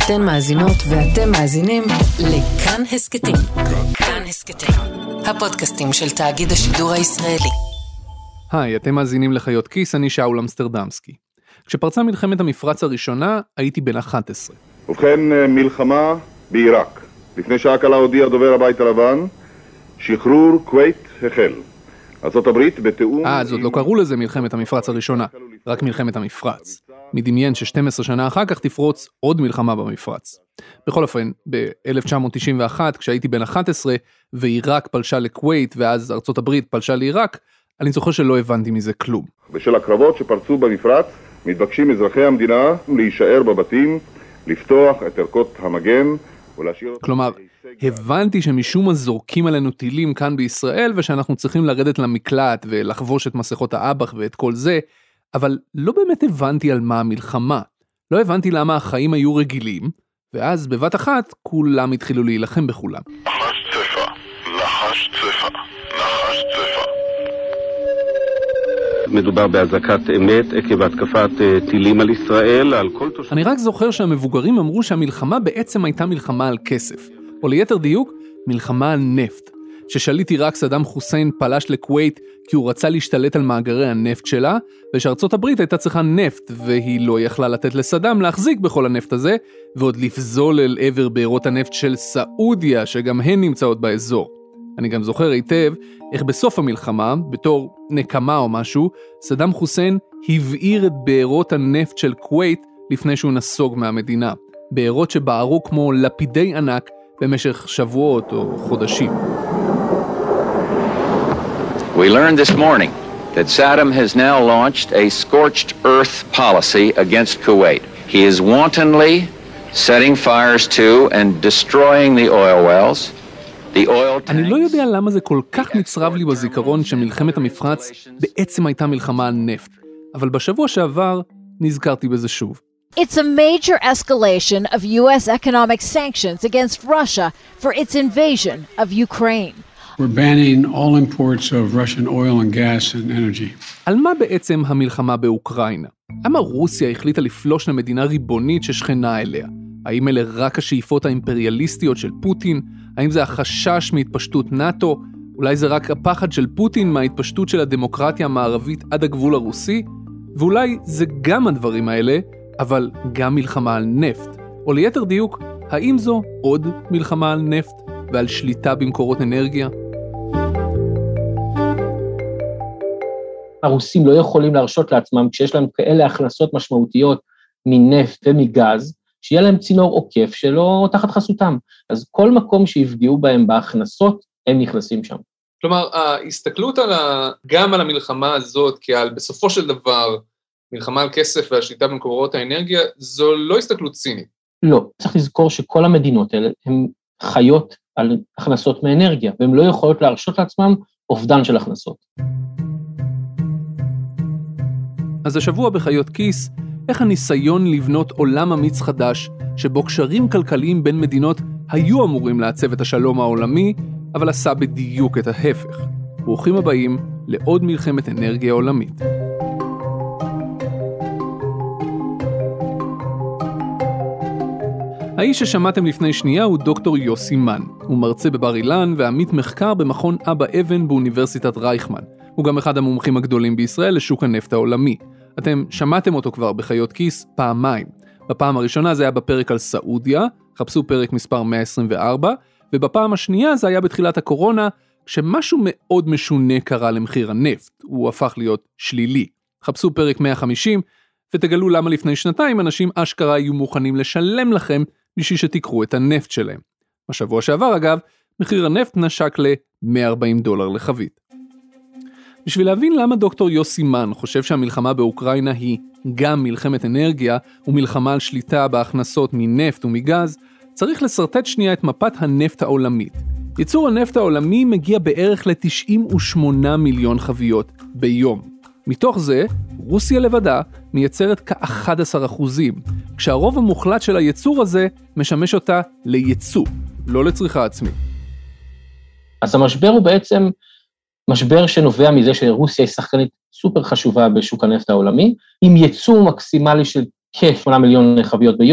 אתן מאזינות ואתם מאזינים לכאן הסקטים. כאן הסקטים, הפודקאסטים של תאגיד השידור הישראלי. היי, אתם מאזינים לחיות כיס, אני שאול אמסטרדמסקי. כשפרצה מלחמת המפרץ הראשונה, הייתי בן 11. ובכן, מלחמה בעיראק. לפני שעה קלה הודיע דובר הבית הלבן, שחרור כווית החל. ארצות הברית בתיאום... אז עוד לא קראו לזה מלחמת המפרץ הראשונה, רק מלחמת המפרץ. מדמיין ש12 שנה אחר כך תפרוץ עוד מלחמה במפרץ. בכל אופן, ב-1991, כשהייתי בן 11, ועיראק פלשה לכווית, ואז ארצות הברית פלשה לעיראק, אני זוכר שלא הבנתי מזה כלום. בשל הקרבות שפרצו במפרץ, מתבקשים אזרחי המדינה להישאר בבתים, לפתוח את ערכות המגן, ולהשאיר... כלומר, הבנתי שמשום מה זורקים עלינו טילים כאן בישראל, ושאנחנו צריכים לרדת למקלט ולחבוש את מסכות האב"כ ואת כל זה, אבל לא באמת הבנתי על מה המלחמה. לא הבנתי למה החיים היו רגילים, ואז בבת אחת כולם התחילו להילחם בכולם. נחש צפה, נחש צפה, נחש צפה. מדובר בהזעקת אמת עקב התקפת טילים על ישראל, על כל תושבים. אני רק זוכר שהמבוגרים אמרו שהמלחמה בעצם הייתה מלחמה על כסף, או ליתר דיוק, מלחמה על נפט. ששליט עיראק סדאם חוסיין פלש לכווית כי הוא רצה להשתלט על מאגרי הנפט שלה, ושארצות הברית הייתה צריכה נפט, והיא לא יכלה לתת לסדאם להחזיק בכל הנפט הזה, ועוד לפזול אל עבר בארות הנפט של סעודיה, שגם הן נמצאות באזור. אני גם זוכר היטב איך בסוף המלחמה, בתור נקמה או משהו, סדאם חוסיין הבעיר את בארות הנפט של כווית לפני שהוא נסוג מהמדינה. בארות שבערו כמו לפידי ענק במשך שבועות או חודשים. We learned this morning that Saddam has now launched a scorched earth policy against Kuwait. He is wantonly setting fires to and destroying the oil wells. אני לא יודע למה זה כל כך נצרב לי בזיכרון שמלחמת המפרץ בעצם הייתה מלחמה על נפט, אבל בשבוע שעבר נזכרתי בזה שוב. It's a major escalation of US economic sanctions against Russia for its invasion of Ukraine. We're banning all imports of Russian oil and gas and energy. על מה בעצם המלחמה באוקראינה? למה רוסיה החליטה לפלוש למדינה ריבונית ששכנה אליה? האם אלה רק השאיפות האימפריאליסטיות של פוטין? האם זה החשש מהתפשטות נאטו? אולי זה רק הפחד של פוטין מההתפשטות של הדמוקרטיה המערבית עד הגבול הרוסי? ואולי זה גם הדברים האלה, אבל גם מלחמה על נפט. או ליתר דיוק, האם זו עוד מלחמה על נפט ועל שליטה במקורות אנרגיה? הרוסים לא יכולים להרשות לעצמם, כשיש להם כאלה הכנסות משמעותיות מנפט ומגז, שיהיה להם צינור עוקף שלא תחת חסותם. אז כל מקום שיפגעו בהם בהכנסות, הם נכנסים שם. כלומר, ההסתכלות גם על המלחמה הזאת, כעל בסופו של דבר, מלחמה על כסף והשליטה במקורות האנרגיה, זו לא הסתכלות צינית. לא, צריך לזכור שכל המדינות האלה הן חיות על הכנסות מאנרגיה, והן לא יכולות להרשות לעצמם אובדן של הכנסות. אז השבוע בחיות כיס, איך הניסיון לבנות עולם אמיץ חדש, שבו קשרים כלכליים בין מדינות היו אמורים לעצב את השלום העולמי, אבל עשה בדיוק את ההפך. ברוכים הבאים לעוד מלחמת אנרגיה עולמית. האיש ששמעתם לפני שנייה הוא דוקטור יוסי מן. הוא מרצה בבר אילן ועמית מחקר במכון אבא אבן באוניברסיטת רייכמן. הוא גם אחד המומחים הגדולים בישראל לשוק הנפט העולמי. אתם שמעתם אותו כבר בחיות כיס פעמיים. בפעם הראשונה זה היה בפרק על סעודיה, חפשו פרק מספר 124, ובפעם השנייה זה היה בתחילת הקורונה, כשמשהו מאוד משונה קרה למחיר הנפט. הוא הפך להיות שלילי. חפשו פרק 150, ותגלו למה לפני שנתיים אנשים אשכרה היו מוכנים לשלם לכם בשביל שתיקחו את הנפט שלהם. בשבוע שעבר אגב, מחיר הנפט נשק ל$140 לחבית. בשביל להבין למה דוקטור יוסי מן חושב שהמלחמה באוקראינה היא גם מלחמת אנרגיה ומלחמה על שליטה בהכנסות מנפט ומגז, צריך לסרטט שנייה את מפת הנפט העולמית. ייצור הנפט העולמי מגיע בערך ל-98 מיליון חביות ביום. מתוך זה, רוסיה לבדה מייצרת כ-11%, כשהרוב המוחלט של הייצור הזה משמש אותה לייצוא, לא לצריכה עצמית. אז המשבר הוא בעצם משבר שנובע מזה שרוסיה היא שחקנית סופר חשובה בשוק הנפט העולמי, עם ייצוא מקסימלי של כ-8 מיליון חביות ביום,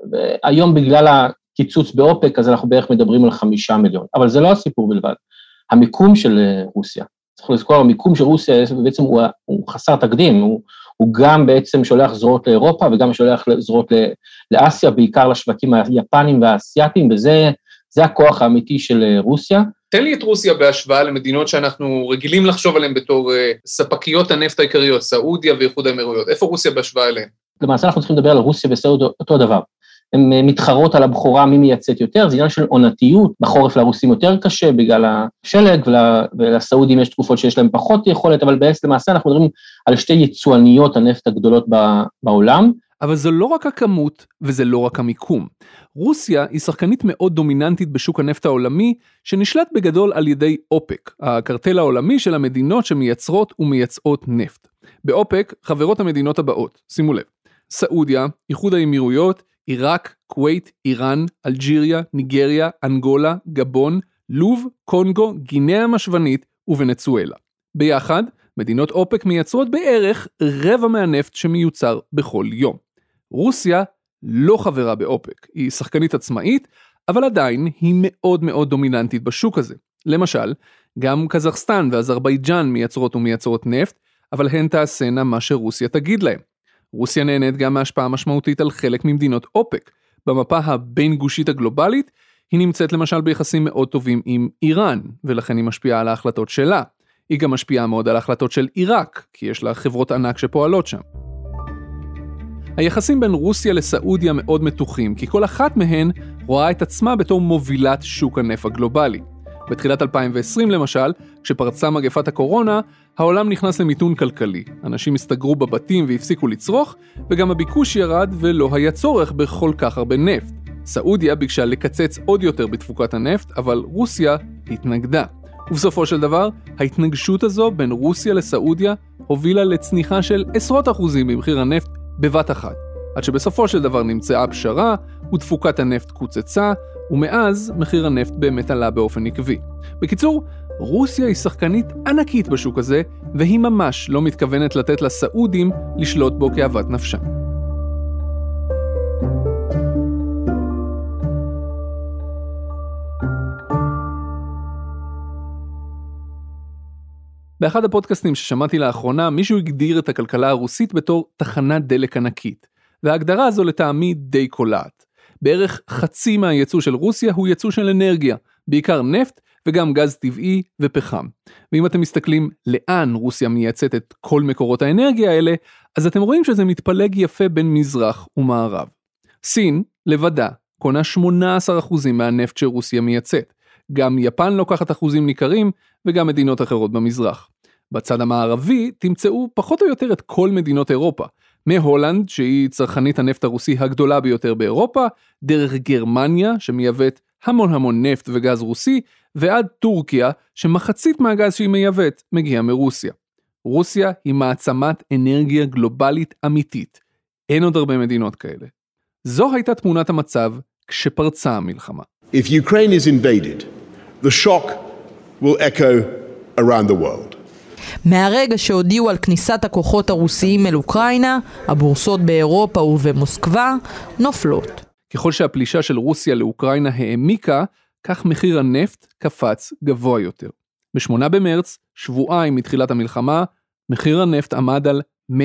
והיום בגלל הקיצוץ באופק, אז אנחנו בערך מדברים על 5 מיליון, אבל זה לא הסיפור בלבד. המיקום של רוסיה, צריך לזכור, המיקום של רוסיה בעצם הוא חסר תקדים, הוא גם בעצם שולח זרועות לאירופה, וגם שולח זרועות לאסיה, בעיקר לשווקים היפנים והאסייתיים, וזה הכוח האמיתי של רוסיה. תן לי את רוסיה בהשוואה למדינות שאנחנו רגילים לחשוב עליהן בתור ספקיות הנפט העיקריות, סעודיה ואיחוד האמירויות. איפה רוסיה בהשוואה אליהן? למעשה אנחנו צריכים לדבר על רוסיה וסעודיה אותו דבר. הן מתחרות על הבחורה מי מייצאת יותר, זה עניין של עונתיות, בחורף לרוסים יותר קשה בגלל השלג, ולסעודים יש תקופות שיש להם פחות יכולת, אבל למעשה אנחנו מדברים על 2 יצואניות הנפט הגדולות בעולם. אבל זה לא רק הכמות וזה לא רק המיקום. רוסיה היא שחקנית מאוד דומיננטית בשוק הנפט העולמי, שנשלט בגדול על ידי אופק, הקרטל העולמי של המדינות שמייצרות ומייצאות נפט. באופק חברות המדינות הבאות, שימו לב, סעודיה, איחוד האמירויות, עיראק, כווית, איראן, אלג'יריה, ניגריה, אנגולה, גבון, לוב, קונגו, גינאה המשוונית וונצואלה. ביחד, מדינות אופק מייצרות בערך רבע מהנפט שמיוצר בכל יום. רוסיה לא חברה באופק, היא שחקנית עצמאית, אבל עדיין היא מאוד מאוד דומיננטית בשוק הזה. למשל, גם קזחסטן ואזרבייג'אן מייצרות ומייצרות נפט, אבל הן תעשנה מה שרוסיה תגיד להם. רוסיה נהנית גם מהשפעה משמעותית על חלק ממדינות אופק. במפה הבין גושית הגלובלית, היא נמצאת למשל ביחסים מאוד טובים עם איראן, ולכן היא משפיעה על ההחלטות שלה. היא גם משפיעה מאוד על ההחלטות של עיראק, כי יש לה חברות ענק שפועלות שם. היחסים בין רוסיה לסעודיה מאוד מתוחים, כי כל אחת מהן רואה את עצמה בתור מובילת שוק הנפט הגלובלי. בתחילת 2020 למשל, כשפרצה מגפת הקורונה, העולם נכנס למיתון כלכלי. אנשים הסתגרו בבתים והפסיקו לצרוך, וגם הביקוש ירד ולא היה צורך בכל כך הרבה נפט. סעודיה ביקשה לקצץ עוד יותר בתפוקת הנפט, אבל רוסיה התנגדה. ובסופו של דבר, ההתנגשות הזו בין רוסיה לסעודיה הובילה לצניחה של עשרות אחוזים במחיר הנפט בבת אחת. עד שבסופו של דבר נמצאה פשרה, ותפוקת הנפט קוצצה, ומאז מחיר הנפט באמת עלה באופן עקבי. בקיצור, רוסיה היא שחקנית ענקית בשוק הזה, והיא ממש לא מתכוונת לתת לסעודים לשלוט בו כאוות נפשה. באחד הפודקאסטים ששמעתי לאחרונה, מישהו הגדיר את הכלכלה הרוסית בתור תחנת דלק ענקית, וההגדרה הזו לטעמי די קולעת. בערך חצי מהייצוא של רוסיה הוא ייצוא של אנרגיה, בעיקר נפט וגם גז טבעי ופחם. ואם אתם מסתכלים לאן רוסיה מייצאת את כל מקורות האנרגיה האלה, אז אתם רואים שזה מתפלג יפה בין מזרח ומערב. סין, לבדה, קונה 18% מהנפט שרוסיה מייצאת. גם יפן לוקחת אחוזים ניכרים, וגם מדינות אחרות במזרח. בצד המערבי תמצאו פחות או יותר את כל מדינות אירופה, מהולנד, שהיא צרכנית הנפט הרוסי הגדולה ביותר באירופה, דרך גרמניה, שמייבאת המון נפט וגז רוסי, ועד טורקיה, שמחצית מהגז שהיא מייבאת מגיע מרוסיה. רוסיה היא מעצמת אנרגיה גלובלית אמיתית. אין עוד הרבה מדינות כאלה. זו הייתה תמונת המצב כשפרצה המלחמה. If Ukraine is invaded, the shock will echo around the world. מהרגע שהודיעו על כניסת הכוחות הרוסיים אל אוקראינה, הבורסות באירופה ובמוסקבה נופלות. ככל שהפלישה של רוסיה לאוקראינה העמיקה, כך מחיר הנפט קפץ גבוה יותר. ב-8 במרץ, שבועיים מתחילת המלחמה, מחיר הנפט עמד על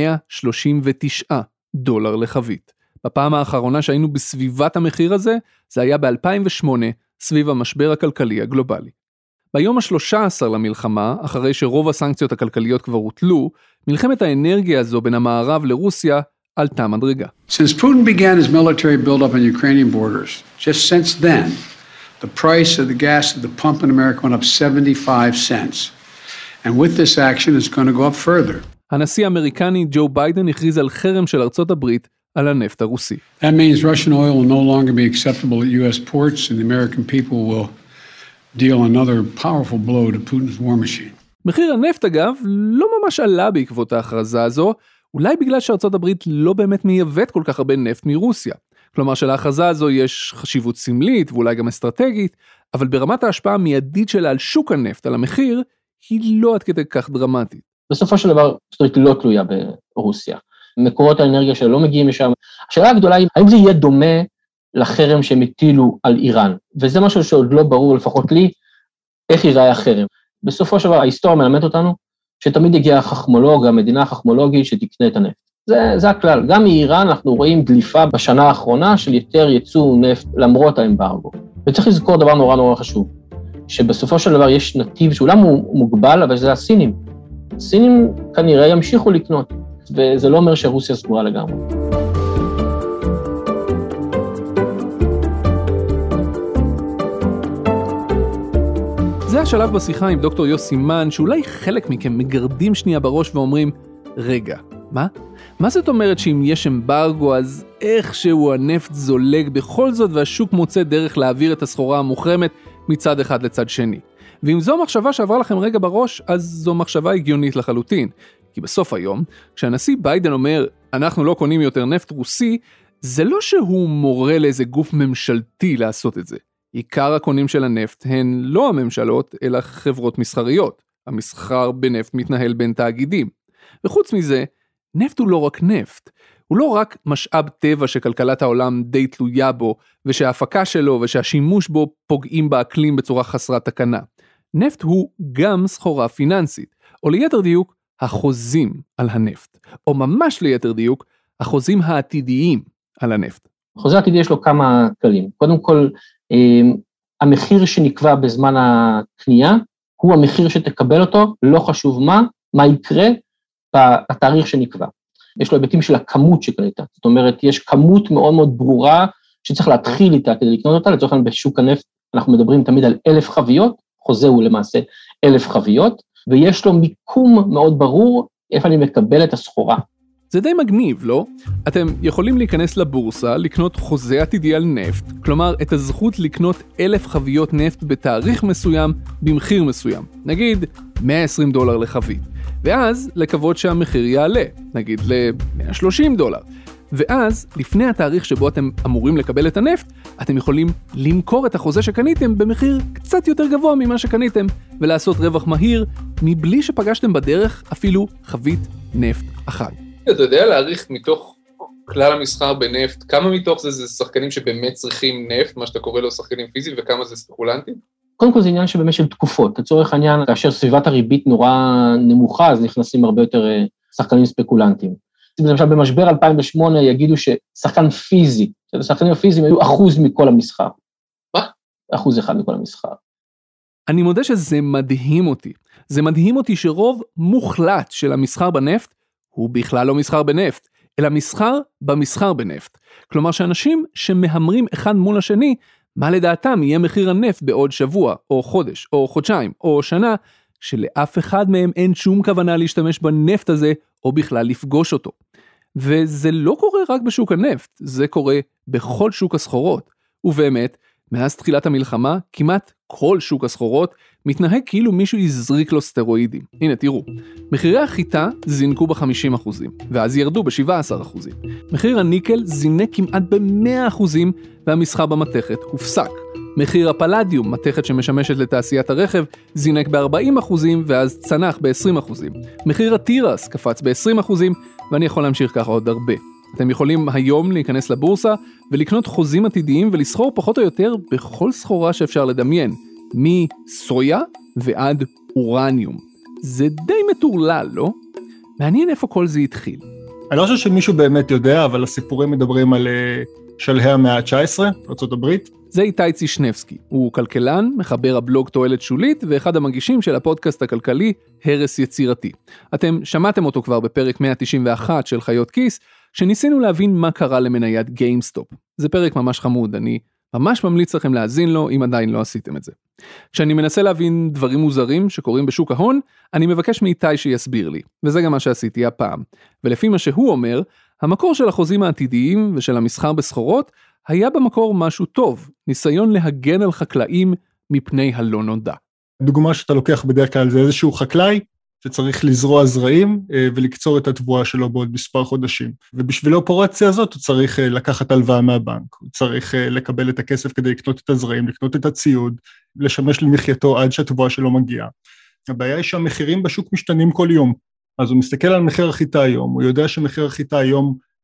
$139 לחבית. בפעם האחרונה שהיינו בסביבת המחיר הזה, זה היה ב-2008, סביב המשבר הכלכלי הגלובלי. ביום ה-13 למלחמה, אחרי שרוב הסנקציות הכלכליות כבר הוטלו, מלחמת האנרגיה הזו בין המערב לרוסיה עלתה מדרגה. Since Putin began his military buildup on Ukrainian borders, just since then, the price of the gas at the pump in America went up 75 cents. And with this action, it's going to go up further. הנשיא האמריקני ג'ו ביידן הכריז על חרם של ארצות הברית על הנפט הרוסי. That means Russian oil will no longer be acceptable at U.S. ports, and the American people will deal another powerful blow to Putin's war machine. מחיר הנפט אגב לא ממש עלה בעקבות ההכרזה הזו, אולי בגלל שארצות הברית לא באמת מייבאת כל כך הרבה נפט מרוסיה. כלומר שלהכרזה הזו יש חשיבות סמלית ואולי גם אסטרטגית, אבל ברמת ההשפעה המיידית שלה על שוק הנפט, על המחיר, היא לא עד כדי כך דרמטית. בסופו של דבר, ארצות לא תלויה ברוסיה. מקורות האנרגיה שלה לא מגיעים משם. השאלה הגדולה היא, האם זה יהיה דומה לחרם שהם הטילו על איראן. וזה משהו שעוד לא ברור, לפחות לי, איך ייראה החרם. בסופו של דבר, ההיסטוריה מלמדת אותנו, שתמיד הגיע החכמולוג, המדינה החכמולוגית שתקנה את הנפט. זה הכלל. גם מאיראן אנחנו רואים דליפה בשנה האחרונה של יותר ייצוא נפט למרות האמברגו. וצריך לזכור דבר נורא נורא חשוב, שבסופו של דבר יש נתיב שאולם הוא מוגבל, אבל זה הסינים. הסינים כנראה ימשיכו לקנות, וזה לא אומר שרוסיה סגורה לגמרי. זה השלב בשיחה עם דוקטור יוסי מן, שאולי חלק מכם מגרדים שנייה בראש ואומרים, רגע, מה? מה זאת אומרת שאם יש אמברגו, אז איכשהו הנפט זולג בכל זאת, והשוק מוצא דרך להעביר את הסחורה המוחרמת מצד אחד לצד שני? ואם זו מחשבה שעברה לכם רגע בראש, אז זו מחשבה הגיונית לחלוטין. כי בסוף היום, כשהנשיא ביידן אומר, אנחנו לא קונים יותר נפט רוסי, זה לא שהוא מורה לאיזה גוף ממשלתי לעשות את זה. עיקר הקונים של הנפט הן לא הממשלות, אלא חברות מסחריות. המסחר בנפט מתנהל בין תאגידים. וחוץ מזה, נפט הוא לא רק נפט. הוא לא רק משאב טבע שכלכלת העולם די תלויה בו, ושההפקה שלו ושהשימוש בו פוגעים באקלים בצורה חסרת תקנה. נפט הוא גם סחורה פיננסית, או ליתר דיוק, החוזים על הנפט. או ממש ליתר דיוק, החוזים העתידיים על הנפט. החוזה העתידי יש לו כמה כלים. קודם כל, המחיר שנקבע בזמן הקנייה, הוא המחיר שתקבל אותו, לא חשוב מה יקרה בתאריך שנקבע. יש לו היבטים של הכמות שקנית, זאת אומרת, יש כמות מאוד מאוד ברורה, שצריך להתחיל איתה כדי לקנות אותה, לצורך כלל בשוק הנפט, אנחנו מדברים תמיד על 1,000 חביות, חוזה הוא למעשה 1,000 חביות, ויש לו מיקום מאוד ברור, איפה אני מקבל את הסחורה. זה די מגניב, לא? אתם יכולים להיכנס לבורסה, לקנות חוזה עתידי על נפט, כלומר את הזכות לקנות 1,000 חביות נפט בתאריך מסוים, במחיר מסוים, נגיד $120 לחבית, ואז לקוות שהמחיר יעלה, נגיד $130, ואז לפני התאריך שבו אתם אמורים לקבל את הנפט, אתם יכולים למכור את החוזה שקניתם במחיר קצת יותר גבוה ממה שקניתם, ולעשות רווח מהיר, מבלי שפגשתם בדרך אפילו חבית נפט אחת. אתה יודע להעריך מתוך כלל המסחר בנפט, כמה מתוך זה שחקנים שבאמת צריכים נפט, מה שאתה קורא לו שחקנים פיזיים, וכמה זה ספקולנטים? קודם כל זה עניין שבאמת של תקופות, לצורך העניין, כאשר סביבת הריבית נורא נמוכה, אז נכנסים הרבה יותר שחקנים ספקולנטיים. למשל במשבר 2008 יגידו ששחקן פיזי, שחקנים הפיזיים היו 1% מכל המסחר. מה? 1% מכל המסחר. אני מודה שזה מדהים אותי. זה מדהים אותי שרוב מוחלט של המסחר בנפט, הוא בכלל לא מסחר בנפט, אלא מסחר במסחר בנפט. כלומר שאנשים שמהמרים אחד מול השני, מה לדעתם יהיה מחיר הנפט בעוד שבוע, או חודש, או חודשיים, או שנה, שלאף אחד מהם אין שום כוונה להשתמש בנפט הזה, או בכלל לפגוש אותו. וזה לא קורה רק בשוק הנפט, זה קורה בכל שוק הסחורות. ובאמת, מאז תחילת המלחמה, כמעט כל שוק הסחורות מתנהג כאילו מישהו יזריק לו סטרואידים. הנה תראו, מחירי החיטה זינקו ב-50%, ואז ירדו ב-17%. מחיר הניקל זינק כמעט ב-100%, והמסחר במתכת הופסק. מחיר הפלדיום, מתכת שמשמשת לתעשיית הרכב, זינק ב-40%, ואז צנח ב-20%. מחיר הטירס קפץ ב-20%, ואני יכול להמשיך ככה עוד הרבה. אתם יכולים היום להיכנס לבורסה ולקנות חוזים עתידיים ולסחור פחות או יותר בכל סחורה שאפשר לדמיין, מסויה ועד אורניום. זה די מטורלל, לא? מעניין איפה כל זה התחיל. אני לא חושב שמישהו באמת יודע, אבל הסיפורים מדברים על שלהי המאה ה-19, ארצות הברית. זה איתי צישנבסקי, הוא כלכלן, מחבר הבלוג תועלת שולית, ואחד המגישים של הפודקאסט הכלכלי, הרס יצירתי. אתם שמעתם אותו כבר בפרק 191 של חיות כיס, שניסינו להבין מה קרה למניית גיימסטופ. זה פרק ממש חמוד, אני ממש ממליץ לכם להאזין לו, אם עדיין לא עשיתם את זה. כשאני מנסה להבין דברים מוזרים שקורים בשוק ההון, אני מבקש מאיתי שיסביר לי, וזה גם מה שעשיתי הפעם. ולפי מה שהוא אומר, המקור של החוזים העתידיים ושל המסחר בסחורות, היה במקור משהו טוב, ניסיון להגן על חקלאים מפני הלא נודע. דוגמה שאתה לוקח בדרך כלל זה איזשהו חקלאי, שצריך לזרוע זרעים ולקצור את התבואה שלו בעוד מספר חודשים. ובשביל האופרציה הזאת הוא צריך לקחת הלוואה מהבנק, הוא צריך לקבל את הכסף כדי לקנות את הזרעים, לקנות את הציוד, לשמש למחייתו עד שהתבואה שלו מגיעה. הבעיה היא שהמחירים בשוק משתנים כל יום, אז הוא מסתכל על מחיר החיטה היום, הוא יודע שמחיר החיטה היום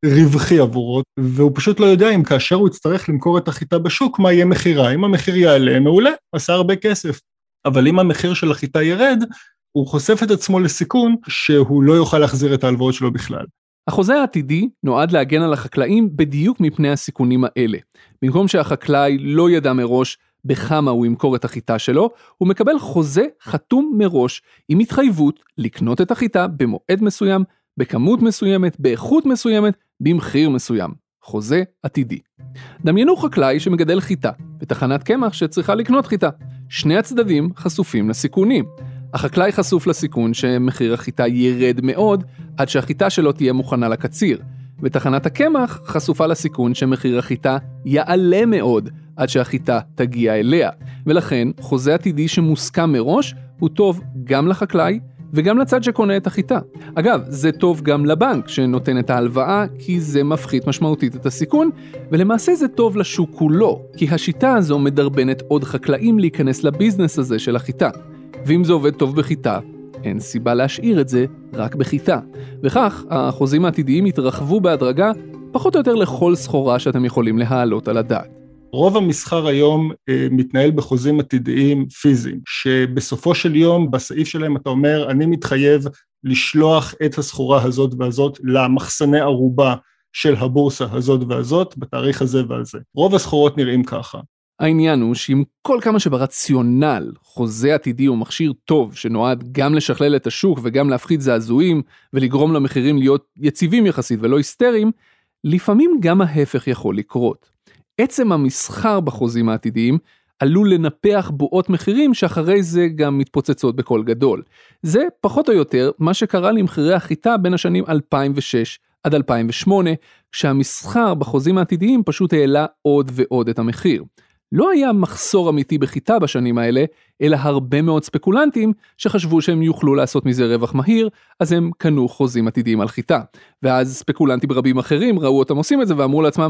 רווחי עבורו, והוא פשוט לא יודע אם כאשר הוא יצטרך למכור את החיטה בשוק, מה יהיה מחירה. אם המחיר יעלה, מעולה, עשה הרבה כסף. אבל אם המחיר של החיטה ירד, הוא חושף את עצמו לסיכון שהוא לא יוכל להחזיר את ההלוואות שלו בכלל. החוזה העתידי נועד להגן על החקלאים בדיוק מפני הסיכונים האלה. במקום שהחקלאי לא ידע מראש בכמה הוא ימכור את החיטה שלו, הוא מקבל חוזה חתום מראש עם התחייבות לקנות את החיטה במועד מסוים, בכמות מסוימת, באיכות מסוימת, במחיר מסוים. חוזה עתידי. דמיינו חקלאי שמגדל חיטה, בתחנת קמח שצריכה לקנות חיטה. שני הצדדים חשופים לסיכונים. החקלאי חשוף לסיכון שמחיר החיטה ירד מאוד, עד שהחיטה שלו תהיה מוכנה לקציר. ותחנת הקמח חשופה לסיכון שמחיר החיטה יעלה מאוד, עד שהחיטה תגיע אליה. ולכן, חוזה עתידי שמוסכם מראש, הוא טוב גם לחקלאי, וגם לצד שקונה את החיטה. אגב, זה טוב גם לבנק שנותן את ההלוואה, כי זה מפחית משמעותית את הסיכון, ולמעשה זה טוב לשוק כולו, כי השיטה הזו מדרבנת עוד חקלאים להיכנס לביזנס הזה של החיטה. ואם זה עובד טוב בחיטה, אין סיבה להשאיר את זה רק בחיטה. וכך, החוזים העתידיים יתרחבו בהדרגה, פחות או יותר לכל סחורה שאתם יכולים להעלות על הדעת. רוב המסחר היום מתנהל בחוזים עתידיים פיזיים, שבסופו של יום בסעיף שלהם אתה אומר, אני מתחייב לשלוח את הסחורה הזאת והזאת למחסני ערובה של הבורסה הזאת והזאת, בתאריך הזה והזה. רוב הסחורות נראים ככה. העניין הוא שעם כל כמה שברציונל חוזה עתידי הוא מכשיר טוב שנועד גם לשכלל את השוק וגם להפחית זעזועים ולגרום למחירים להיות יציבים יחסית ולא היסטריים, לפעמים גם ההפך יכול לקרות. עצם המסחר בחוזים העתידיים עלול לנפח בועות מחירים שאחרי זה גם מתפוצצות בכל גדול. זה פחות או יותר מה שקרה למחירי החיטה בין השנים 2006 עד 2008, כשהמסחר בחוזים העתידיים פשוט העלה עוד ועוד את המחיר. לא היה מחסור אמיתי בחיטה בשנים האלה, אלא הרבה מאוד ספקולנטים שחשבו שהם יוכלו לעשות מזה רווח מהיר, אז הם קנו חוזים עתידיים על חיטה. ואז ספקולנטים רבים אחרים ראו אותם עושים את זה ואמרו לעצמם,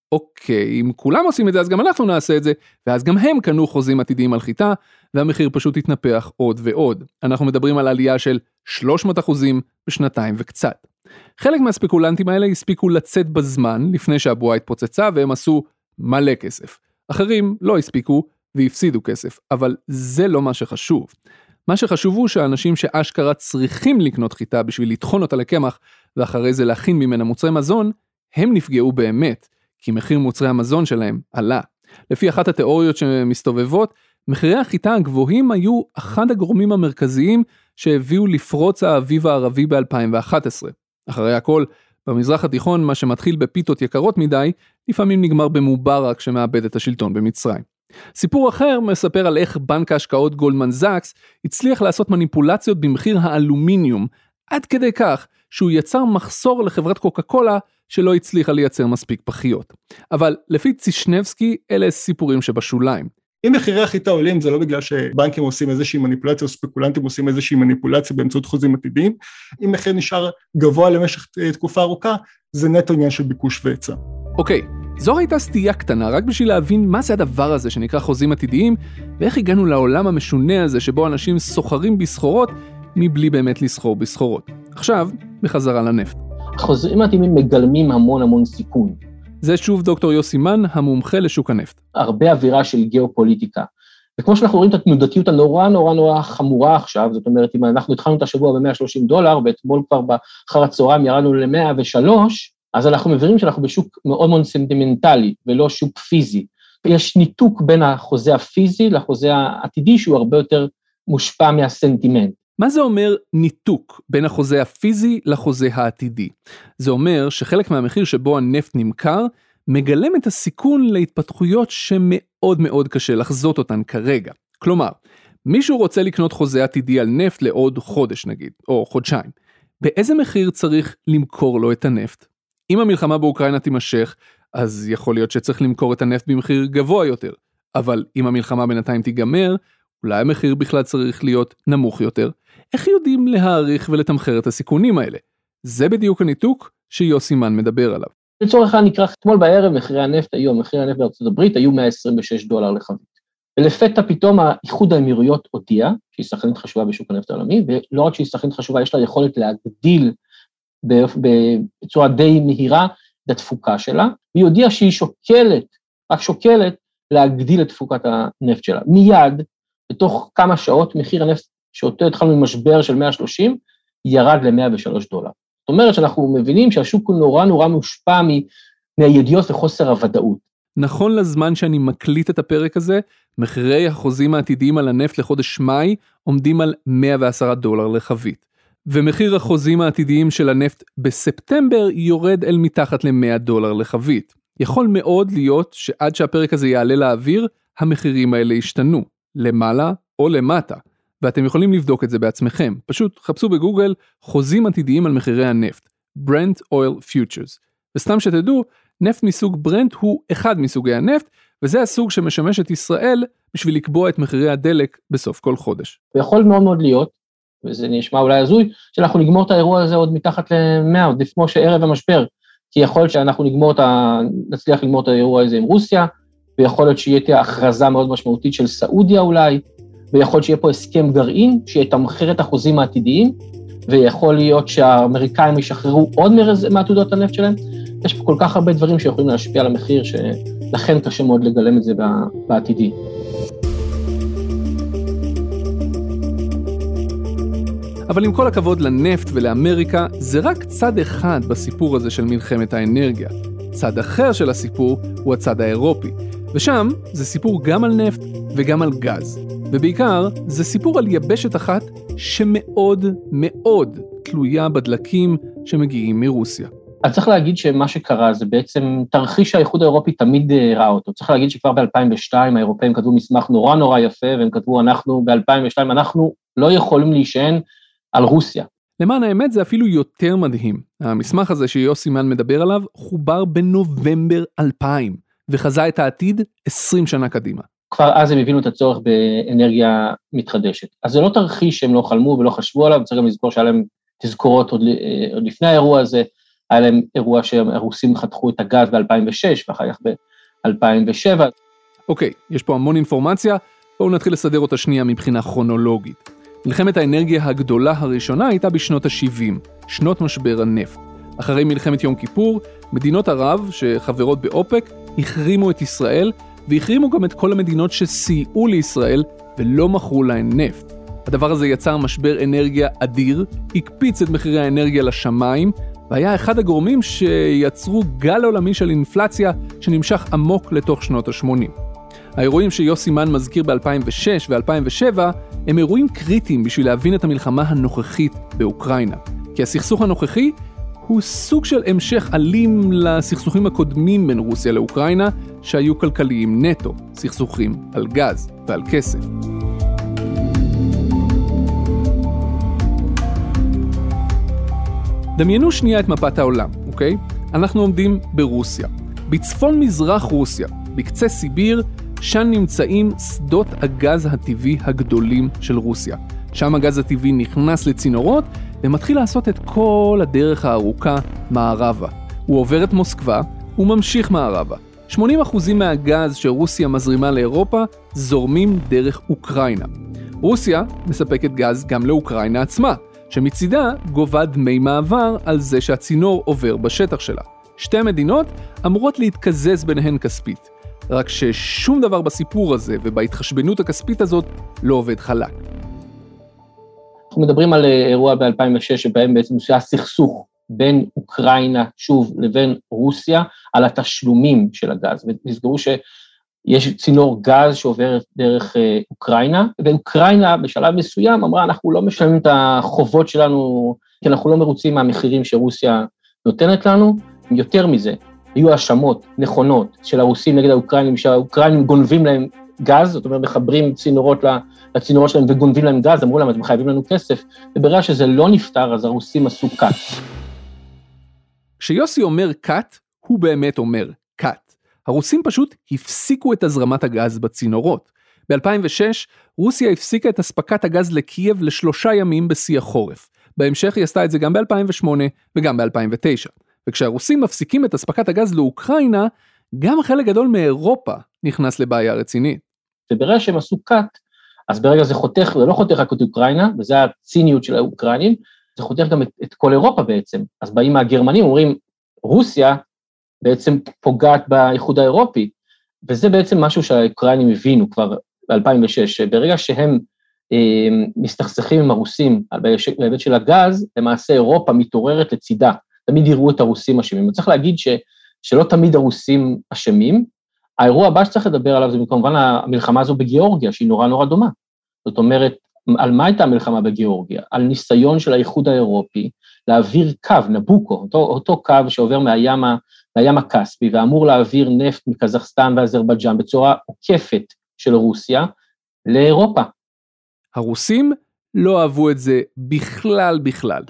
אוקיי, אם כולם עושים את זה אז גם אנחנו נעשה את זה, ואז גם הם קנו חוזים עתידיים על חיטה, והמחיר פשוט התנפח עוד ועוד. אנחנו מדברים על עלייה של 300% בשנתיים וקצת. חלק מהספקולנטים האלה הספיקו לצאת בזמן לפני שהבועה התפוצצה, והם עשו מלא כסף. אחרים לא הספיקו והפסידו כסף, אבל זה לא מה שחשוב. מה שחשוב הוא שהאנשים שאשכרה צריכים לקנות חיטה בשביל לטחון אותה לקמח, ואחרי זה להכין ממנה מוצרי מזון, הם נפגעו באמת, כי מחיר מוצרי המזון שלהם עלה. לפי אחת התיאוריות שמסתובבות, מחירי החיטה הגבוהים היו אחד הגורמים המרכזיים שהביאו לפרוץ האביב הערבי ב-2011. אחרי הכל, במזרח התיכון מה שמתחיל בפיתות יקרות מדי, לפעמים נגמר במובארק שמאבד את השלטון במצרים. סיפור אחר מספר על איך בנק ההשקעות גולדמן זאקס הצליח לעשות מניפולציות במחיר האלומיניום, עד כדי כך שהוא יצר מחסור לחברת קוקה קולה שלא הצליחה לייצר מספיק פחיות. אבל לפי צישנבסקי אלה סיפורים שבשוליים. אם מחירי החיטה עולים זה לא בגלל שבנקים עושים איזושהי מניפולציה או ספקולנטים עושים איזושהי מניפולציה באמצעות חוזים עתידיים, אם מחיר נשאר גבוה למשך תקופה ארוכה, זה נטו עניין של ביקוש והיצע. אוקיי, זו הייתה סטייה קטנה רק בשביל להבין מה זה הדבר הזה שנקרא חוזים עתידיים, ואיך הגענו לעולם המשונה הזה שבו אנשים סוחרים בסחורות מבלי באמת לסחור בסחורות. עכשיו, בחזרה לנפט. החוזים העתידיים מגלמים המון סיכון. זה שוב דוקטור יוסי מן, המומחה לשוק הנפט. הרבה אווירה של גיאופוליטיקה. וכמו שאנחנו רואים את התנודתיות הנורא חמורה עכשיו, זאת אומרת, אם אנחנו התחלנו את השבוע ב$130, ואתמול כבר באחר הצהריים ירדנו ל-103, אז אנחנו מבינים שאנחנו בשוק מאוד סנטימנטלי, ולא שוק פיזי. יש ניתוק בין החוזה הפיזי לחוזה העתידי, שהוא הרבה יותר מושפע מהסנטימנט. מה זה אומר ניתוק בין החוזה הפיזי לחוזה העתידי? זה אומר שחלק מהמחיר שבו הנפט נמכר, מגלם את הסיכון להתפתחויות שמאוד מאוד קשה לחזות אותן כרגע. כלומר, מישהו רוצה לקנות חוזה עתידי על נפט לעוד חודש נגיד, או חודשיים. באיזה מחיר צריך למכור לו את הנפט? אם המלחמה באוקראינה תימשך, אז יכול להיות שצריך למכור את הנפט במחיר גבוה יותר. אבל אם המלחמה בינתיים תיגמר, אולי המחיר בכלל צריך להיות נמוך יותר. איך יודעים להעריך ולתמחר את הסיכונים האלה? זה בדיוק הניתוק שיוסי מן מדבר עליו. לצורך נקרא, אתמול בערב מחירי הנפט בארצות הברית היו $126 לחבית. ולפתע פתאום האיחוד האמירויות הודיע, שהיא שחקנית חשובה בשוק הנפט העולמי, ולא רק שהיא שחקנית חשובה, יש לה יכולת להגדיל בצורה די מהירה את התפוקה שלה, והיא הודיעה שהיא שוקלת להגדיל את תפוקת הנפט שלה. מיד, בתוך כמה שעות, מחיר הנפט שאותו התחלנו ממשבר של 130, ירד ל$103. זאת אומרת שאנחנו מבינים שהשוק הוא נורא מושפע מהידיעות וחוסר הוודאות. נכון לזמן שאני מקליט את הפרק הזה, מחירי החוזים העתידיים על הנפט לחודש מאי עומדים על $110 לחבית. ומחיר החוזים העתידיים של הנפט בספטמבר יורד אל מתחת ל$100 לחבית. יכול מאוד להיות שעד שהפרק הזה יעלה לאוויר, המחירים האלה ישתנו, למעלה או למטה. ואתם יכולים לבדוק את זה בעצמכם. פשוט חפשו בגוגל חוזים עתידיים על מחירי הנפט, Brent Oil Futures. וסתם שתדעו, נפט מסוג ברנט הוא אחד מסוגי הנפט, וזה הסוג שמשמש את ישראל בשביל לקבוע את מחירי הדלק בסוף כל חודש. ויכול מאוד להיות, וזה נשמע אולי הזוי, שאנחנו נגמור את האירוע הזה עוד מתחת ל-100, עוד לפני שערב המשבר, כי יכול להיות שאנחנו נצליח לגמור את האירוע הזה עם רוסיה, ויכול להיות שיהיה הכרזה מאוד משמעותית של סעודיה אולי, ויכול להיות שיהיה פה הסכם גרעין, שיתמחר את החוזים העתידיים, ויכול להיות שהאמריקאים ישחררו עוד מעתודות הנפט שלהם. יש פה כל כך הרבה דברים שיכולים להשפיע על המחיר, שלכן קשה מאוד לגלם את זה בעתידי. אבל עם כל הכבוד לנפט ולאמריקה, זה רק צד אחד בסיפור הזה של מלחמת האנרגיה. צד אחר של הסיפור הוא הצד האירופי, ושם זה סיפור גם על נפט וגם על גז. ובעיקר זה סיפור על יבשת אחת שמאוד מאוד תלויה בדלקים שמגיעים מרוסיה. אז צריך להגיד שמה שקרה זה בעצם תרחיש האיחוד האירופי תמיד ראה אותו. צריך להגיד שכבר ב-2002 האירופאים כתבו מסמך נורא יפה, והם כתבו ב-2002 אנחנו לא יכולים להישען על רוסיה. למען האמת זה אפילו יותר מדהים. המסמך הזה שיוסי מן מדבר עליו חובר בנובמבר 2000, וחזה את העתיד 20 שנה קדימה. כבר אז הם הבינו את הצורך באנרגיה מתחדשת. אז זה לא תרחיש שהם לא חלמו ולא חשבו עליו, צריך גם לזכור שהיה להם תזכורות עוד לפני האירוע הזה, היה להם אירוע שהרוסים חתכו את הגז ב-2006, ואחר כך ב-2007. אוקיי, יש פה המון אינפורמציה, בואו נתחיל לסדר אותה שנייה מבחינה כרונולוגית. מלחמת האנרגיה הגדולה הראשונה הייתה בשנות ה-70, שנות משבר הנפט. אחרי מלחמת יום כיפור, מדינות ערב שחברות באופק החרימו את ישראל, והחרימו גם את כל המדינות שסייעו לישראל ולא מכרו להן נפט. הדבר הזה יצר משבר אנרגיה אדיר, הקפיץ את מחירי האנרגיה לשמיים, והיה אחד הגורמים שיצרו גל עולמי של אינפלציה שנמשך עמוק לתוך שנות ה-80. האירועים שיוסי מן מזכיר ב-2006 ו-2007 הם אירועים קריטיים בשביל להבין את המלחמה הנוכחית באוקראינה. כי הסכסוך הנוכחי הוא סוג של המשך אלים לסכסוכים הקודמים בין רוסיה לאוקראינה, שהיו כלכליים נטו, סכסוכים על גז ועל כסף. דמיינו שנייה את מפת העולם, אוקיי? אנחנו עומדים ברוסיה. בצפון מזרח רוסיה, בקצה סיביר, שם נמצאים שדות הגז הטבעי הגדולים של רוסיה. שם הגז הטבעי נכנס לצינורות ומתחיל לעשות את כל הדרך הארוכה מערבה. הוא עובר את מוסקבה וממשיך מערבה. 80% מהגז שרוסיה מזרימה לאירופה זורמים דרך אוקראינה. רוסיה מספקת גז גם לאוקראינה עצמה, שמצידה גובה דמי מעבר על זה שהצינור עובר בשטח שלה. שתי המדינות אמורות להתקזז ביניהן כספית, רק ששום דבר בסיפור הזה ובהתחשבנות הכספית הזאת לא עובד חלק. אנחנו מדברים על אירוע ב-2006 שבהם בעצם היה סכסוך בין אוקראינה שוב לבין רוסיה על התשלומים של הגז, ונזכרו שיש צינור גז שעובר דרך אוקראינה, ואוקראינה בשלב מסוים אמרה אנחנו לא משלמים את החובות שלנו, כי אנחנו לא מרוצים מהמחירים שרוסיה נותנת לנו. יותר מזה, היו האשמות נכונות של הרוסים נגד האוקראינים, שהאוקראינים גונבים להם גז, זאת אומרת מחברים צינורות לצינורות שלהם וגונבים להם גז, אמרו להם אתם חייבים לנו כסף, וברגע שזה לא נפתר אז הרוסים עשו קאט. כשיוסי אומר קאט, הוא באמת אומר קאט. הרוסים פשוט הפסיקו את הזרמת הגז בצינורות. ב-2006 רוסיה הפסיקה את הספקת הגז לקייב ל3 ימים בשיא החורף. בהמשך היא עשתה את זה גם ב-2008 וגם ב-2009. וכשהרוסים מפסיקים את הספקת הגז לאוקראינה, גם חלק גדול מאירופה נכנס לבעיה רצינית. וברגע שהם עשו קאט, אז ברגע זה חותך, זה לא חותך רק את אוקראינה, וזה הציניות של האוקראינים, זה חותך גם את כל אירופה בעצם. אז באים הגרמנים, אומרים, רוסיה בעצם פוגעת באיחוד האירופי, וזה בעצם משהו שהאוקראינים הבינו כבר ב-2006, שברגע שהם מסתכסכים עם הרוסים בהיבט של הגז, למעשה אירופה מתעוררת לצידה, תמיד יראו את הרוסים אשמים. צריך להגיד שלא תמיד הרוסים אשמים, האירוע הבא שצריך לדבר עליו זה כמובן המלחמה הזו בגיאורגיה, שהיא נורא נורא דומה. זאת אומרת, על מה הייתה המלחמה בגיאורגיה? על ניסיון של האיחוד האירופי להעביר קו, נבוקו, אותו קו שעובר מהים הכספי, ואמור להעביר נפט מקזחסטן ואזרבייג'אן בצורה עוקפת של רוסיה לאירופה. הרוסים לא אהבו את זה בכלל.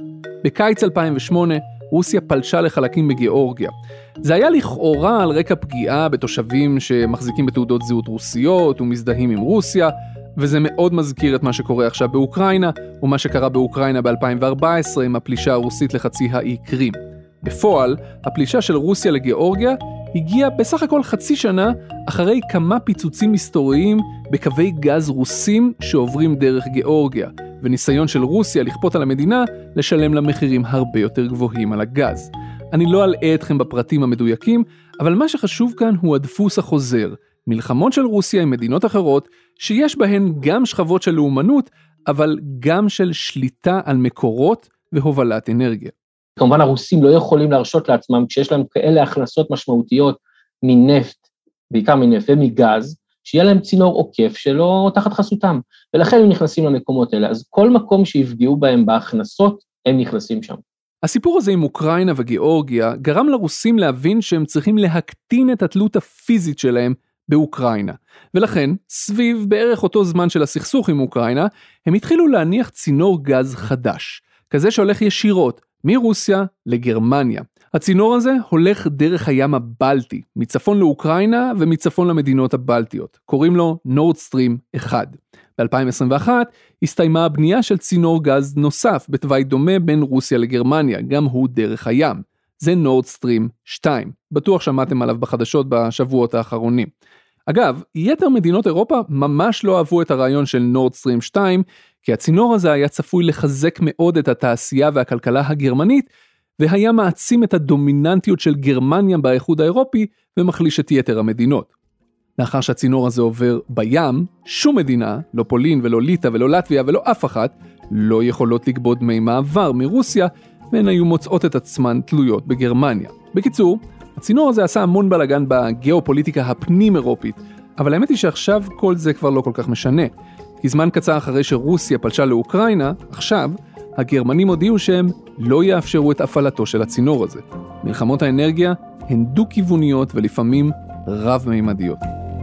בקיץ 2008, רוסיה פלשה לחלקים בגיאורגיה. זה היה לכאורה על רקע פגיעה בתושבים שמחזיקים בתעודות זהות רוסיות ומזדהים עם רוסיה, וזה מאוד מזכיר את מה שקורה עכשיו באוקראינה, ומה שקרה באוקראינה ב-2014 עם הפלישה הרוסית לחצי האי קרים. בפועל, הפלישה של רוסיה לגיאורגיה הגיעה בסך הכל חצי שנה אחרי כמה פיצוצים היסטוריים בקווי גז רוסים שעוברים דרך גיאורגיה, וניסיון של רוסיה לכפות על המדינה לשלם לה מחירים הרבה יותר גבוהים על הגז. אני לא אלאה אתכם בפרטים המדויקים, אבל מה שחשוב כאן הוא הדפוס החוזר, מלחמות של רוסיה עם מדינות אחרות, שיש בהן גם שכבות של לאומנות, אבל גם של שליטה על מקורות והובלת אנרגיה. כמובן הרוסים לא יכולים להרשות לעצמם, כשיש להם כאלה הכנסות משמעותיות מנפט, בעיקר מנפט ומגז, שיהיה להם צינור עוקף שלא תחת חסותם, ולכן הם נכנסים למקומות האלה. אז כל מקום שיפגעו בהם בהכנסות, הם נכנסים שם. הסיפור הזה עם אוקראינה וגיאורגיה גרם לרוסים להבין שהם צריכים להקטין את התלות הפיזית שלהם באוקראינה. ולכן, סביב בערך אותו זמן של הסכסוך עם אוקראינה, הם התחילו להניח צינור גז חדש, כזה שהולך ישירות מרוסיה לגרמניה. הצינור הזה הולך דרך הים הבלטי, מצפון לאוקראינה ומצפון למדינות הבלטיות. קוראים לו נורד סטרים 1. ב-2021 הסתיימה הבנייה של צינור גז נוסף בתוואי דומה בין רוסיה לגרמניה, גם הוא דרך הים. זה נורד סטרים 2. בטוח שמעתם עליו בחדשות בשבועות האחרונים. אגב, יתר מדינות אירופה ממש לא אהבו את הרעיון של נורד סטרים 2, כי הצינור הזה היה צפוי לחזק מאוד את התעשייה והכלכלה הגרמנית, והיה מעצים את הדומיננטיות של גרמניה באיחוד האירופי, ומחליש את יתר המדינות. לאחר שהצינור הזה עובר בים, שום מדינה, לא פולין ולא ליטא ולא לטביה ולא אף אחת, לא יכולות לגבות דמי מעבר מרוסיה, והן היו מוצאות את עצמן תלויות בגרמניה. בקיצור, הצינור הזה עשה המון בלגן בגיאופוליטיקה הפנים אירופית, אבל האמת היא שעכשיו כל זה כבר לא כל כך משנה. כי זמן קצר אחרי שרוסיה פלשה לאוקראינה, עכשיו, הגרמנים הודיעו שהם לא יאפשרו את הפעלתו של הצינור הזה. מלחמות האנרגיה הן דו-כיווניות ולפעמים רב-מימדיות.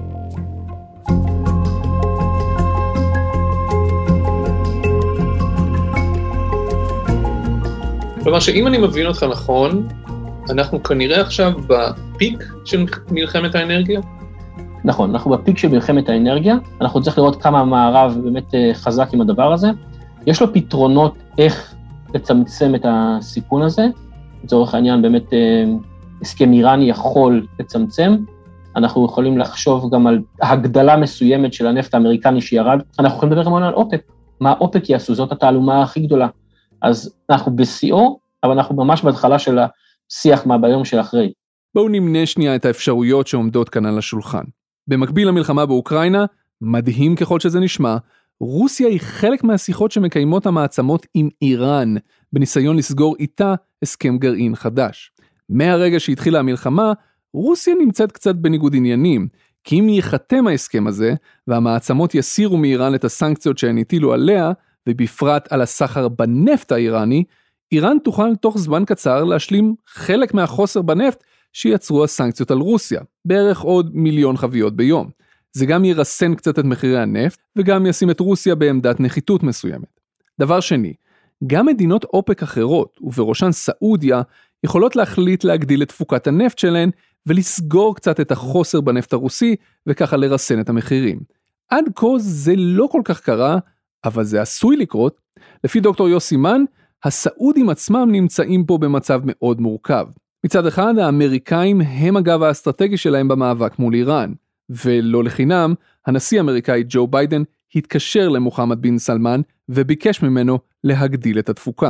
כלומר שאם אני מבין אותך נכון, אנחנו כנראה עכשיו בפיק של מלחמת האנרגיה? נכון, אנחנו בפיק של מלחמת האנרגיה, אנחנו צריך לראות כמה המערב באמת חזק עם הדבר הזה. יש לו פתרונות איך לצמצם את הסיכון הזה, לצורך העניין באמת הסכם איראני יכול לצמצם, אנחנו יכולים לחשוב גם על הגדלה מסוימת של הנפט האמריקני שירד, אנחנו יכולים לדבר גם על אופק, מה אופק יעשו, זאת התעלומה הכי גדולה, אז אנחנו בשיאו, אבל אנחנו ממש בהתחלה של השיח מה ביום של אחרי. בואו נמנה שנייה את האפשרויות שעומדות כאן על השולחן. במקביל למלחמה באוקראינה, מדהים ככל שזה נשמע, רוסיה היא חלק מהשיחות שמקיימות המעצמות עם איראן, בניסיון לסגור איתה הסכם גרעין חדש. מהרגע שהתחילה המלחמה, רוסיה נמצאת קצת בניגוד עניינים, כי אם ייחתם ההסכם הזה, והמעצמות יסירו מאיראן את הסנקציות שהן הטילו עליה, ובפרט על הסחר בנפט האיראני, איראן תוכל תוך זמן קצר להשלים חלק מהחוסר בנפט שיצרו הסנקציות על רוסיה, בערך עוד 1,000,000 חביות ביום. זה גם ירסן קצת את מחירי הנפט, וגם ישים את רוסיה בעמדת נחיתות מסוימת. דבר שני, גם מדינות אופק אחרות, ובראשן סעודיה, יכולות להחליט להגדיל את תפוקת הנפט שלהן, ולסגור קצת את החוסר בנפט הרוסי, וככה לרסן את המחירים. עד כה זה לא כל כך קרה, אבל זה עשוי לקרות. לפי דוקטור יוסי מן, הסעודים עצמם נמצאים פה במצב מאוד מורכב. מצד אחד, האמריקאים הם הגב האסטרטגי שלהם במאבק מול איראן, ולא לחינם, הנשיא האמריקאי ג'ו ביידן התקשר למוחמד בן סלמן וביקש ממנו להגדיל את התפוקה.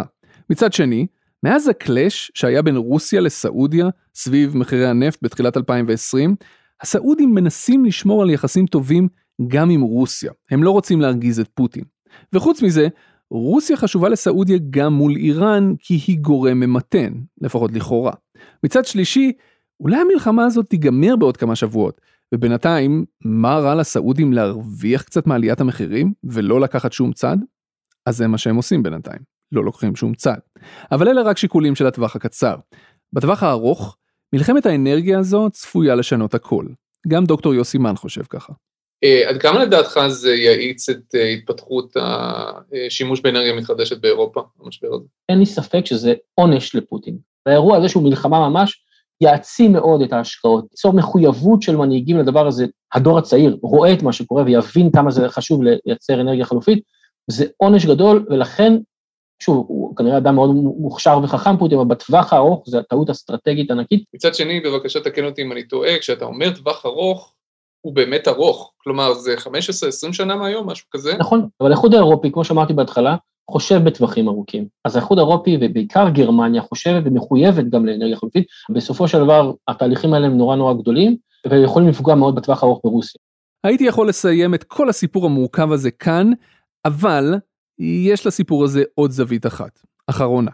מצד שני, מאז הקלאש שהיה בין רוסיה לסעודיה סביב מחירי הנפט בתחילת 2020, הסעודים מנסים לשמור על יחסים טובים גם עם רוסיה. הם לא רוצים להרגיז את פוטין. וחוץ מזה, רוסיה חשובה לסעודיה גם מול איראן כי היא גורם ממתן, לפחות לכאורה. מצד שלישי, אולי המלחמה הזאת תיגמר בעוד כמה שבועות, ובינתיים, מה רע לסעודים להרוויח קצת מעליית המחירים ולא לקחת שום צד? אז זה מה שהם עושים בינתיים, לא לוקחים שום צד. אבל אלה רק שיקולים של הטווח הקצר. בטווח הארוך, מלחמת האנרגיה הזו צפויה לשנות הכל. גם דוקטור יוסי מן חושב ככה. עד כמה לדעתך זה יאיץ את התפתחות השימוש באנרגיה מתחדשת באירופה, המשבר הזה? אין לי ספק שזה עונש לפוטין. האירוע הזה שהוא מלחמה ממש, יעצים מאוד את ההשקעות, ייצור מחויבות של מנהיגים לדבר הזה, הדור הצעיר רואה את מה שקורה ויבין כמה זה חשוב לייצר אנרגיה חלופית, זה עונש גדול, ולכן, שוב, הוא כנראה אדם מאוד מוכשר וחכם פוטין, אבל בטווח הארוך זה טעות אסטרטגית ענקית. מצד שני, בבקשה תקן אותי אם אני טועה, כשאתה אומר טווח ארוך, הוא באמת ארוך, כלומר זה 15-20 שנה מהיום, משהו כזה? נכון, אבל האיחוד האירופי, כמו שאמרתי בהתחלה, חושב בטווחים ארוכים. אז האיחוד האירופי ובעיקר גרמניה חושבת ומחויבת גם לאנרגיה חלופית, בסופו של דבר התהליכים האלה הם נורא גדולים, ויכולים לפגוע מאוד בטווח הארוך ברוסיה. הייתי יכול לסיים את כל הסיפור המורכב הזה כאן, אבל יש לסיפור הזה עוד זווית אחת, אחרונה.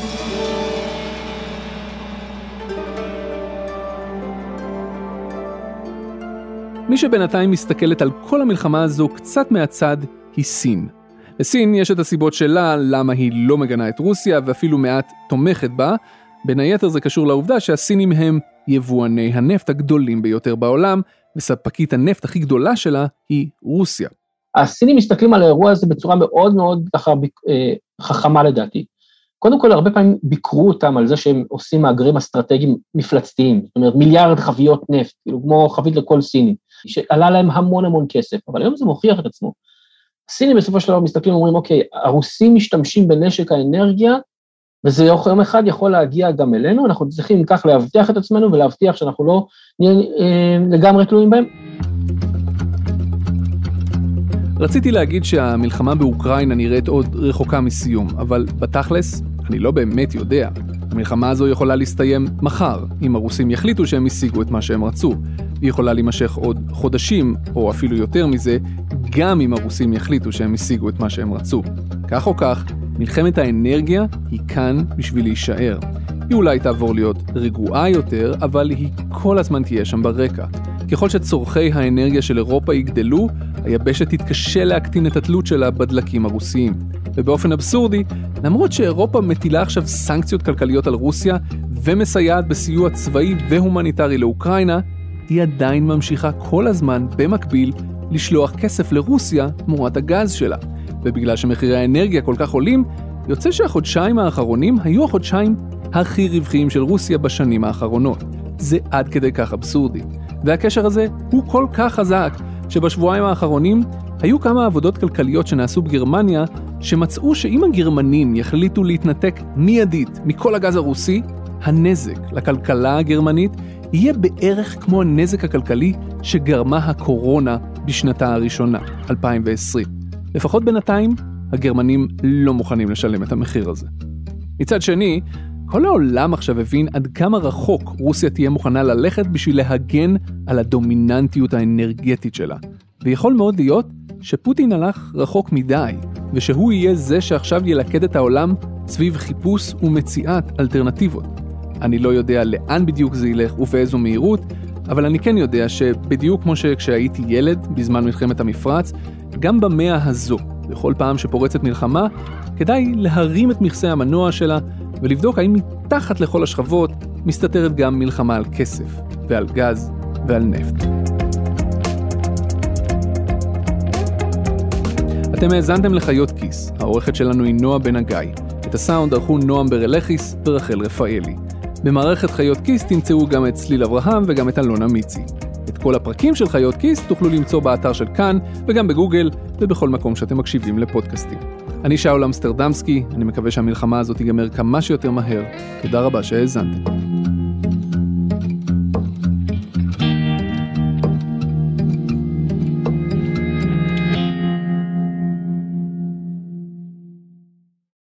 מי שבינתיים מסתכלת על כל המלחמה הזו קצת מהצד היא סין. לסין יש את הסיבות שלה למה היא לא מגנה את רוסיה ואפילו מעט תומכת בה. בין היתר זה קשור לעובדה שהסינים הם יבואני הנפט הגדולים ביותר בעולם, וספקית הנפט הכי גדולה שלה היא רוסיה. הסינים מסתכלים על האירוע הזה בצורה מאוד חכמה לדעתי. קודם כל, הרבה פעמים ביקרו אותם על זה שהם עושים מאגרים אסטרטגיים מפלצתיים, זאת אומרת, מיליארד חביות נפט, כאילו כמו חבית לכל סיני, שעלה להם המון כסף, אבל היום זה מוכיח את עצמו. הסינים בסופו של דבר מסתכלים ואומרים, אוקיי, הרוסים משתמשים בנשק האנרגיה, וזה יום אחד יכול להגיע גם אלינו, אנחנו צריכים כך להבטיח את עצמנו, ולהבטיח שאנחנו לא נהיה לגמרי תלויים בהם. רציתי להגיד שהמלחמה באוקראינה נראית עוד רחוקה מסיום, אבל בתכלס, אני לא באמת יודע. המלחמה הזו יכולה להסתיים מחר, אם הרוסים יחליטו שהם השיגו את מה שהם רצו. היא יכולה להימשך עוד חודשים, או אפילו יותר מזה, גם אם הרוסים יחליטו שהם השיגו את מה שהם רצו. כך או כך, מלחמת האנרגיה היא כאן בשביל להישאר. היא אולי תעבור להיות רגועה יותר, אבל היא כל הזמן תהיה שם ברקע. ככל שצורכי האנרגיה של אירופה יגדלו, היבשת תתקשה להקטין את התלות שלה בדלקים הרוסיים. ובאופן אבסורדי, למרות שאירופה מטילה עכשיו סנקציות כלכליות על רוסיה, ומסייעת בסיוע צבאי והומניטרי לאוקראינה, היא עדיין ממשיכה כל הזמן במקביל לשלוח כסף לרוסיה תמורת הגז שלה. ובגלל שמחירי האנרגיה כל כך עולים, יוצא שהחודשיים האחרונים היו החודשיים הכי רווחיים של רוסיה בשנים האחרונות. זה עד כדי כך אבסורדי. והקשר הזה הוא כל כך חזק, שבשבועיים האחרונים היו כמה עבודות כלכליות שנעשו בגרמניה, שמצאו שאם הגרמנים יחליטו להתנתק מיידית מכל הגז הרוסי, הנזק לכלכלה הגרמנית יהיה בערך כמו הנזק הכלכלי שגרמה הקורונה בשנתה הראשונה, 2020. לפחות בינתיים, הגרמנים לא מוכנים לשלם את המחיר הזה. מצד שני, כל העולם עכשיו הבין עד כמה רחוק רוסיה תהיה מוכנה ללכת בשביל להגן על הדומיננטיות האנרגטית שלה. ויכול מאוד להיות שפוטין הלך רחוק מדי, ושהוא יהיה זה שעכשיו ילכד את העולם סביב חיפוש ומציאת אלטרנטיבות. אני לא יודע לאן בדיוק זה ילך ובאיזו מהירות, אבל אני כן יודע שבדיוק כמו שכשהייתי ילד בזמן מלחמת המפרץ, גם במאה הזו, בכל פעם שפורצת מלחמה, כדאי להרים את מכסה המנוע שלה ולבדוק האם מתחת לכל השכבות מסתתרת גם מלחמה על כסף ועל גז ועל נפט. אתם האזנתם לחיות כיס, העורכת שלנו היא נועה בן הגיא. את הסאונד ערכו נועם ברלכיס ורחל רפאלי. במערכת חיות כיס תמצאו גם את צליל אברהם וגם את אלונה מיצי. את כל הפרקים של חיות כיס תוכלו למצוא באתר של כאן וגם בגוגל ובכל מקום שאתם מקשיבים לפודקאסטים. אני שאול אמסטרדמסקי, אני מקווה שהמלחמה הזאת תיגמר כמה שיותר מהר. תודה רבה שהאזנתם.